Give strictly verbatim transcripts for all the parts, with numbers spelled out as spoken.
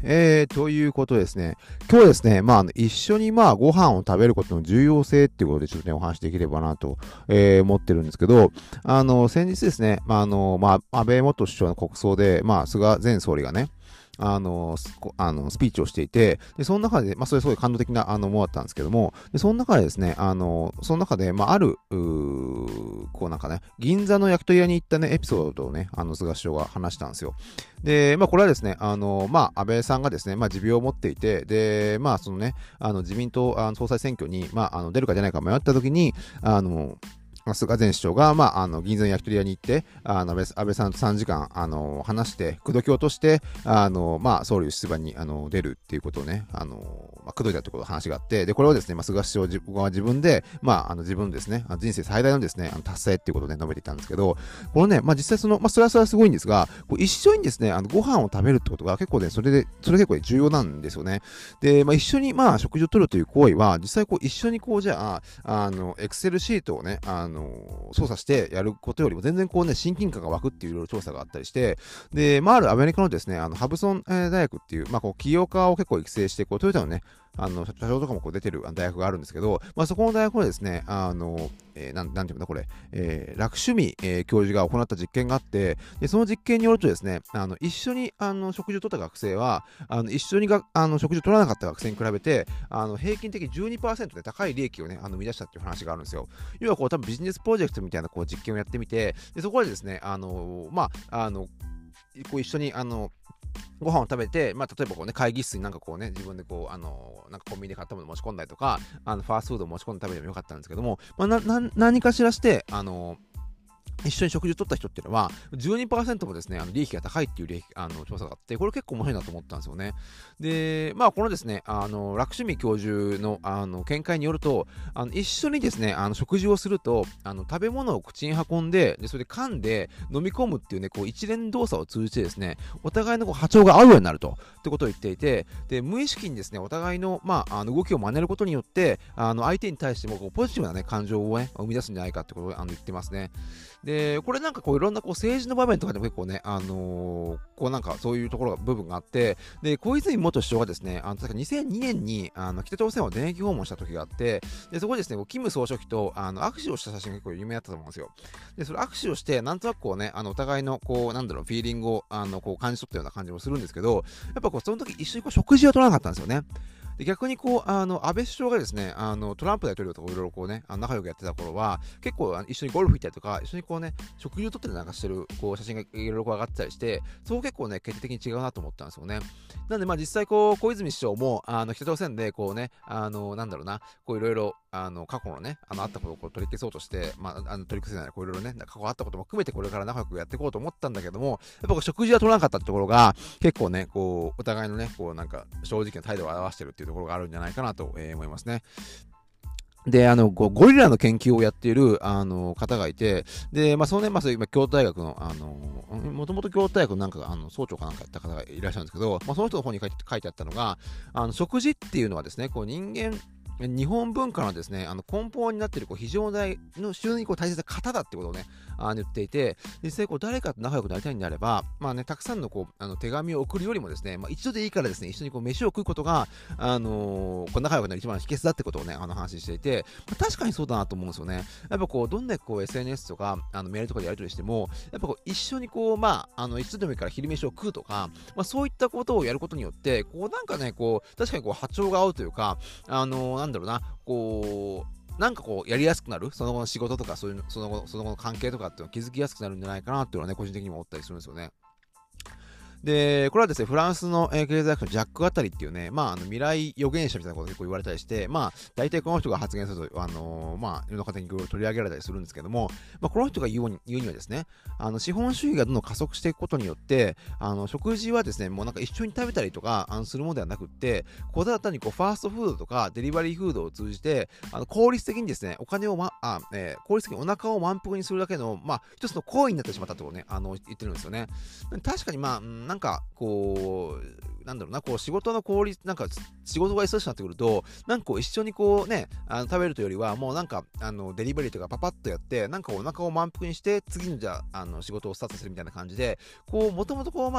えー、ということですね。今日はですね、まあ、あの一緒にまあ、ご飯を食べることの重要性っていうことでちょっとね、お話しできればなと、えー思ってるんですけど、あの、先日ですね、まあ、あの、まあ、安倍元首相の国葬で、まあ、菅前総理がね、あの、スこあのスピーチをしていて、で、その中で、まあ、それすごい感動的なあのものだったんですけども、で、その中でですね、あの、その中で、まあ、ある、うーこうなんかね、銀座の焼き鳥屋に行ったね、エピソードをね、あの、菅首相が話したんですよ。で、まあ、これはですね、あの、まあ、安倍さんがですね、まあ、持病を持っていて、で、まあ、そのね、あの、自民党あの総裁選挙に、まあ、あの、出るか出ないか迷った時に、あの、菅前首相が、まあ、あの銀座の焼き鳥屋に行って、あの安倍さんとさんじかんあの話して、口説き落として、あのまあ、総理出馬にあの出るっていうことをね、あのまあ、口説いたということ話があって、でこれをですね、まあ、菅首相は自分で、まあ、あの自分ですね、人生最大のですね、あの達成っていうことを、ね、述べていたんですけど、このね、まあ、実際その、まあ、それはそれはすごいんですが、こう一緒にですね、あのご飯を食べるってことが結構ね、それで、それ結構重要なんですよね。で、まあ、一緒にまあ食事をとるという行為は、実際こう一緒にこうじゃあ、あの、エクセルシートをね、あの、操作してやることよりも全然こうね、親近感が湧くっていういろいろ調査があったりして、で、まあ、あるアメリカのですね、あの、ハブソン、えー大学っていう、まあ、こう、起業家を結構育成して、こう、トヨタのね、あの、社長とかもこう出てる大学があるんですけど、まあ、そこの大学はですね、あの、えーなん、なんていうんだ、これ、えー楽趣味、えー教授が行った実験があって、で、その実験によるとですね、あの、一緒に、あの、食事をとった学生は、あの、一緒にが、あの、食事を取らなかった学生に比べて、あの、平均的にじゅうにパーセントで高い利益をね、あの、生み出したっていう話があるんですよ。要はこう、多分ビジネスプロジェクトみたいなこう実験をやってみて、で、そこでですね、あの、まあ、あの、こう一緒に、あの、ご飯を食べて、まあ、例えばこうね、会議室になんかこうね、自分でこう、あの、なんかコンビニで買ったもの持ち込んだりとか、あの、ファーストフードを持ち込んで食べてもよかったんですけども、まあ、な、な、何かしらして、あの、一緒に食事を取った人っていうのは、じゅうにパーセントもですね、あの利益が高いっていう利益あの調査があって、これ結構面白いなと思ったんですよね。で、まあ、このですね、あの、楽趣味教授のあの見解によると、あの一緒にですね、あの食事をすると、あの食べ物を口に運んで、でそれで噛んで飲み込むっていうね、こう一連動作を通じてですね、お互いのこう波長が合うようになると、ってことを言っていて、で、無意識にですね、お互いの、まあ、あの動きを真似ることによって、あの相手に対してもこうポジティブなね、感情をね、生み出すんじゃないかってことをあの言ってますね。で、これなんかこういろんなこう政治の場面とかでも結構ね、あのーこうなんかそういうところが部分があって、で、小泉元首相がですね、あの確かにせんにねんにあの北朝鮮を電撃訪問した時があって、で、そこでですね、キム総書記とあの握手をした写真が結構有名だったと思うんですよ。で、それ握手をして、なんとなくこうね、あのお互いのこう、なんだろう、フィーリングをあのこう感じ取ったような感じもするんですけど、やっぱこうその時一緒にこう食事を取らなかったんですよね。で逆にこうあの安倍首相がですねあのトランプ大統領とかいろいろこうねあの仲良くやってた頃は結構あの一緒にゴルフ行ったりとか一緒にこうね食事をとってなんかしてるこう写真がいろいろこう上がってたりしてそこ結構ね決定的に違うなと思ったんですよね。なんでまあ実際こう小泉首相もあの北朝鮮でこうねあのなんだろうなこういろいろあの過去のねあのあったことをこう取り消そうとしてまああの取り消せないこういろいろね過去あったことも含めてこれから仲良くやっていこうと思ったんだけどもやっぱこう食事は取らなかったってところが結構ねこうお互いのねこうなんか正直な態度を表してるっていうところがあるんじゃないかなと、えー思いますね。で、あの、ゴゴリラの研究をやっている、あの、方がいて、で、まあ、そのね、まあ、そういう今、京都大学の、あの、もともと京都大学のなんか、あの、総長かなんかやった方がいらっしゃるんですけど、まあ、その人の方に書いて書いてあったのが、あの、食事っていうのはですね、こう、人間、日本文化のですね、あの根本になっているこう非常大の非常にこう大切な型だってことをね、あ言っていて、実際こう誰かと仲良くなりたいんであれば、まあね、たくさんのこうあの手紙を送るよりもですね、まあ、一度でいいからですね、一緒にこう飯を食うことが、あのーこう仲良くなる一番の秘訣だってことをね、あの話していて、まあ、確かにそうだなと思うんですよね。やっぱこう、どんなこう エスエヌエス とかあのメールとかでやり取りしても、やっぱこう一緒にこう、まあ、あの一度でもいいから昼飯を食うとか、まあ、そういったことをやることによって、こうなんかね、こう、確かにこう波長が合うというか、あのーなんだろうな、こう、なんかこうやりやすくなるその後の仕事とかそういうその後その後の関係とかっていうのを気づきやすくなるんじゃないかなっていうのはね個人的にも思ったりするんですよね。で、これはですね、フランスの、えー経済学者のジャック・アタリっていうね、まあ、あの未来予言者みたいなことを結構言われたりして、まあ、大体この人が発言すると、あのーまあ、世の方にいろいろ取り上げられたりするんですけども、まあ、この人が言うに言うにはですね、あの資本主義がどんどん加速していくことによって、あの食事はですね、もうなんか一緒に食べたりとかあのするものではなくって、こうただ単にこうファーストフードとかデリバリーフードを通じて、あの効率的にですね、お金を、まあえー効率的にお腹を満腹にするだけの、まあ、一つの行為になってしまったってことをね、あの言ってるんですよね。確かにまあ、うんなんかこう、なんだろうな、こう仕事の効率、なんか仕事が忙しくなってくると、なんかこう一緒にこうね、あの食べるというよりは、もうなんかあのデリバリーとかパパッとやって、なんかお腹を満腹にして、次にじゃあ、あの仕事をスタートするみたいな感じで、こう、もともとこう、まあ、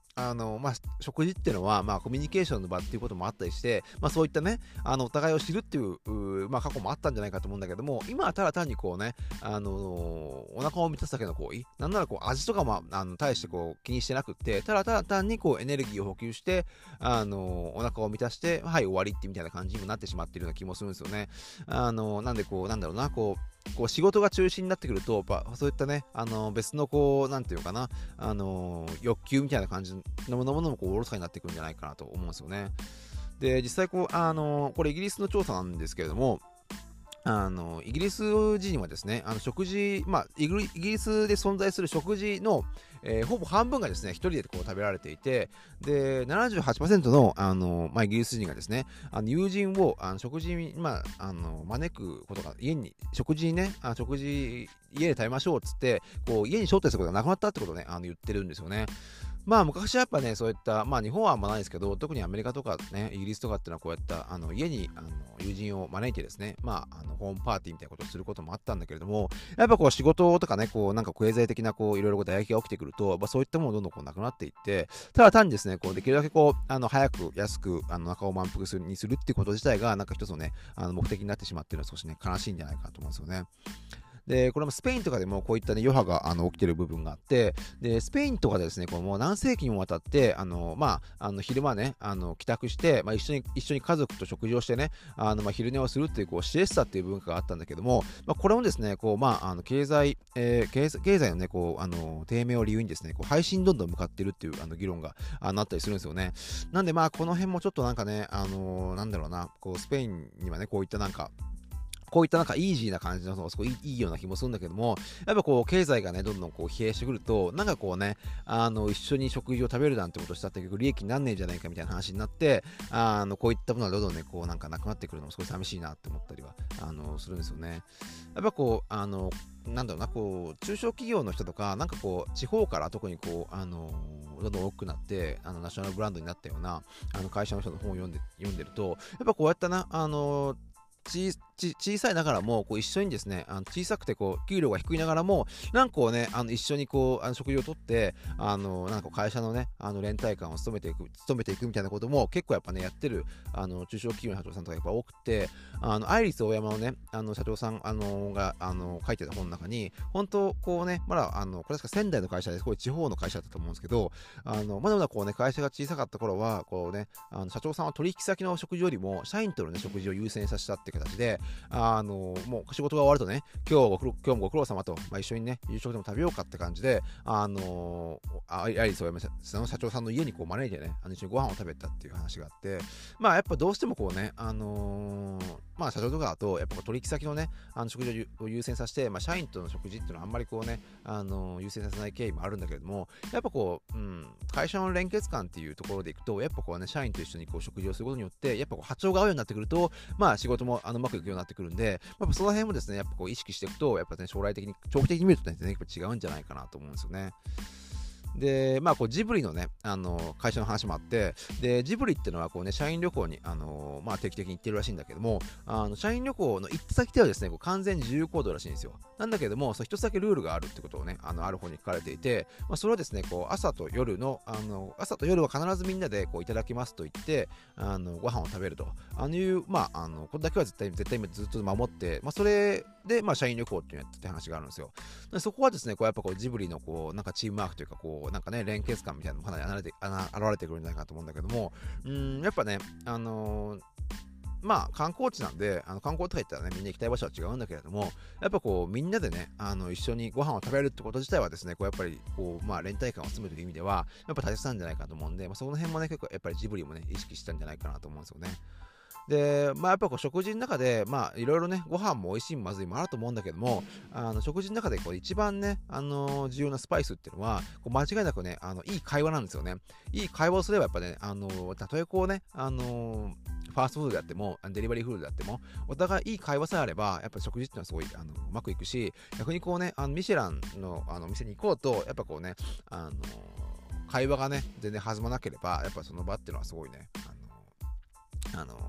あの、まあ、食事っていうのは、まあ、コミュニケーションの場っていうこともあったりして、まあ、そういったね、あの、お互いを知るっていう、うまあ、過去もあったんじゃないかと思うんだけども、今はただ単にこうね、あのーお腹を満たすだけの行為、なんならこう、味とかも、あの、対してこう、気にしてなくって、ただただ単にこう、エネルギーを補給して、あのーお腹を満たして、はい、終わりってみたいな感じにもなってしまっているような気もするんですよね。あのーなんでこう、なんだろうな、こう、こう仕事が中心になってくると、やっぱそういったね、あの別のこう、なんていうかな、あの欲求みたいな感じのものもこうおろそかになってくるんじゃないかなと思うんですよね。で、実際こう、あのこれイギリスの調査なんですけれども、あのイギリス人はですね、あの食事、まあ、イギリスで存在する食事の、えーほぼ半分がですね、一人でこう食べられていて、で、ななじゅうはちパーセントの、あのまあ、イギリス人がですね、あの友人をあの食事に、まあ、あの招くことが、家に、食事にね、あ食事、家で食べましょうっつって、こう家に招待することがなくなったってことをね、あの言ってるんですよね。まあ昔はやっぱね、そういった、まあ日本はあんまないですけど、特にアメリカとかね、イギリスとかっていうのはこうやったあの家にあの友人を招いてですね、まああのホームパーティーみたいなことをすることもあったんだけれども、やっぱこう仕事とかね、こうなんか経済的なこういろいろ打撃が起きてくると、まあ、そういったものどんどんこうなくなっていって、ただ単にですね、こうできるだけこう、あの早く安くあの中を満腹するにするっていうこと自体がなんか一つのね、あの目的になってしまっているのは少しね、悲しいんじゃないかなと思うんですよね。で、これもスペインとかでもこういったね、余波があの起きてる部分があって、で、スペインとかでですね、こうもう何世紀にもわたって、あの、まあ、あの昼間ね、あの帰宅して、まあ、一緒に、一緒に家族と食事をしてね、あの、まあ、昼寝をするっていう、こう、シエスタっていう文化があったんだけども、まあ、これもですね、こう、まあ、あの経済、えー経済、経済のね、こう、あの、低迷を理由にですね、こう、配信どんどん向かってるっていう、あの、議論が、あなったりするんですよね。なんで、まあ、この辺もちょっとなんかね、あのなんだろうな、こう、スペインにはね、こういったなんか、こういったなんかイージーな感じのすごいいいような気もするんだけども、やっぱこう経済がね、どんどんこう疲弊してくると、なんかこうね、あの、一緒に食事を食べるなんてことしたって結局利益になんねえんじゃないかみたいな話になって、あの、こういったものがどんどんね、こうなんかなくなってくるのもすごい寂しいなって思ったりは、あの、するんですよね。やっぱこう、あの、なんだろうな、こう、中小企業の人とか、なんかこう、地方から特にこう、あの、どんどん大きくなって、あの、ナショナルブランドになったような、あの、会社の人の本を読んで、読んでると、やっぱこうやったな、あの、ちち小さいながらもこう一緒にですね、あの小さくてこう給料が低いながらもなんかこうね、あの一緒にこうあの食事をとってあのなんか会社のね、あの連帯感を務めていく務めていくみたいなことも結構やっぱねやってるあの中小企業の社長さんとかやっぱ多くて、あのアイリスオーヤマのね、あの社長さんあのがあの書いてた本の中に本当こうね、まだあのこれ確か仙台の会社ですごい地方の会社だったと思うんですけど、あのまだまだこうね会社が小さかった頃はこうね、あの社長さんは取引先の食事よりも社員とのね食事を優先させたって形で、あのもう仕事が終わるとね、今日ご苦労今日もご苦労様と、まあ、一緒にね、夕食でも食べようかって感じで、あのアイリスオーヤマの社長さんの家にこう招いてね、あの一緒にご飯を食べたっていう話があって、まあやっぱどうしてもこうね、あのー、まあ社長とかだと、やっぱ取引先のね、あの食事を優先させて、まあ社員との食事っていうのはあんまりこうね、あのー、優先させない経緯もあるんだけれども、やっぱこう、うん、会社の連結感っていうところでいくと、やっぱこうね、社員と一緒にこう食事をすることによって、やっぱこう波長が合うようになってくると、まあ仕事もあのうまくいくようになってくるんで、やっぱその辺もですね、やっぱこう意識していくと、やっぱね、将来的に、長期的に見るとね、全然違うんじゃないかなと思うんですよね。で、まあ、こうジブリのね、あの会社の話もあって、で、ジブリっていうのはこうね、社員旅行に、あのまあ、定期的に行ってるらしいんだけども、あの社員旅行の行った先ではですね、こう完全自由行動らしいんですよ。なんだけども、その一つだけルールがあるってことをね、あのある方に書かれていて、まあ、それはですね、こう朝と夜の、あの朝と夜は必ずみんなでこういただきますと言って、あのご飯を食べると。あのいう、まあ、あのこれだけは絶対絶対ずっと守って、まあ、それで、まあ、社員旅行っていうやつって話があるんですよ。でそこはですね、こうやっぱこうジブリのこうなんかチームワークというか、こうなんかね、連結感みたいなのもかなり現れて現れてくるんじゃないかと思うんだけども、うん、やっぱね、あのーまあ観光地なんで、あの観光とか行ったらね、みんな行きたい場所は違うんだけれども、やっぱこうみんなでね、あの一緒にご飯を食べるってこと自体はですね、こうやっぱりこう、まあ連帯感を進めるという意味では、やっぱ大切なんじゃないかと思うんで、まあ、その辺もね、結構やっぱりジブリもね、意識したんじゃないかなと思うんですよね。で、まあやっぱこう食事の中で、まあいろいろね、ご飯も美味しいもまずいもあると思うんだけども、あの食事の中でこう一番ね、あのー重要なスパイスっていうのは、こう間違いなくね、あのいい会話なんですよね。いい会話をすればやっぱね、あのーたとえこうね、あのーファーストフードであっても、デリバリーフードであっても、お互いいい会話さえあれば、やっぱ食事っていうのはすごいあのうまくいくし、逆にこうね、あのミシェランのあの店に行こうと、やっぱこうね、あのー会話がね、全然弾まなければ、やっぱその場っていうのはすごいね、あのーあのー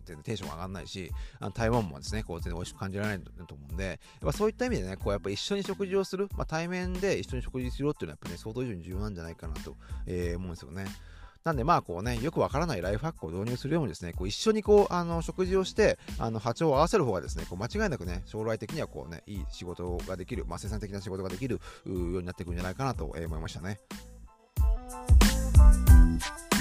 ってテンション上がらないし、あの台湾もですね、こう全然美味しく感じられないと思うんで、やっぱそういった意味でね、こうやっぱ一緒に食事をする、まあ、対面で一緒に食事しろっていうのはやっぱね、相当以上に重要なんじゃないかなと、えー思うんですよね。なんでまあこうね、よくわからないライフハックを導入するようにですね、こう一緒にこう、あの、食事をして、あの、波長を合わせる方がですね、こう間違いなくね、将来的にはこうね、いい仕事ができる、まあ、生産的な仕事ができるようになっていくんじゃないかなと思いましたね。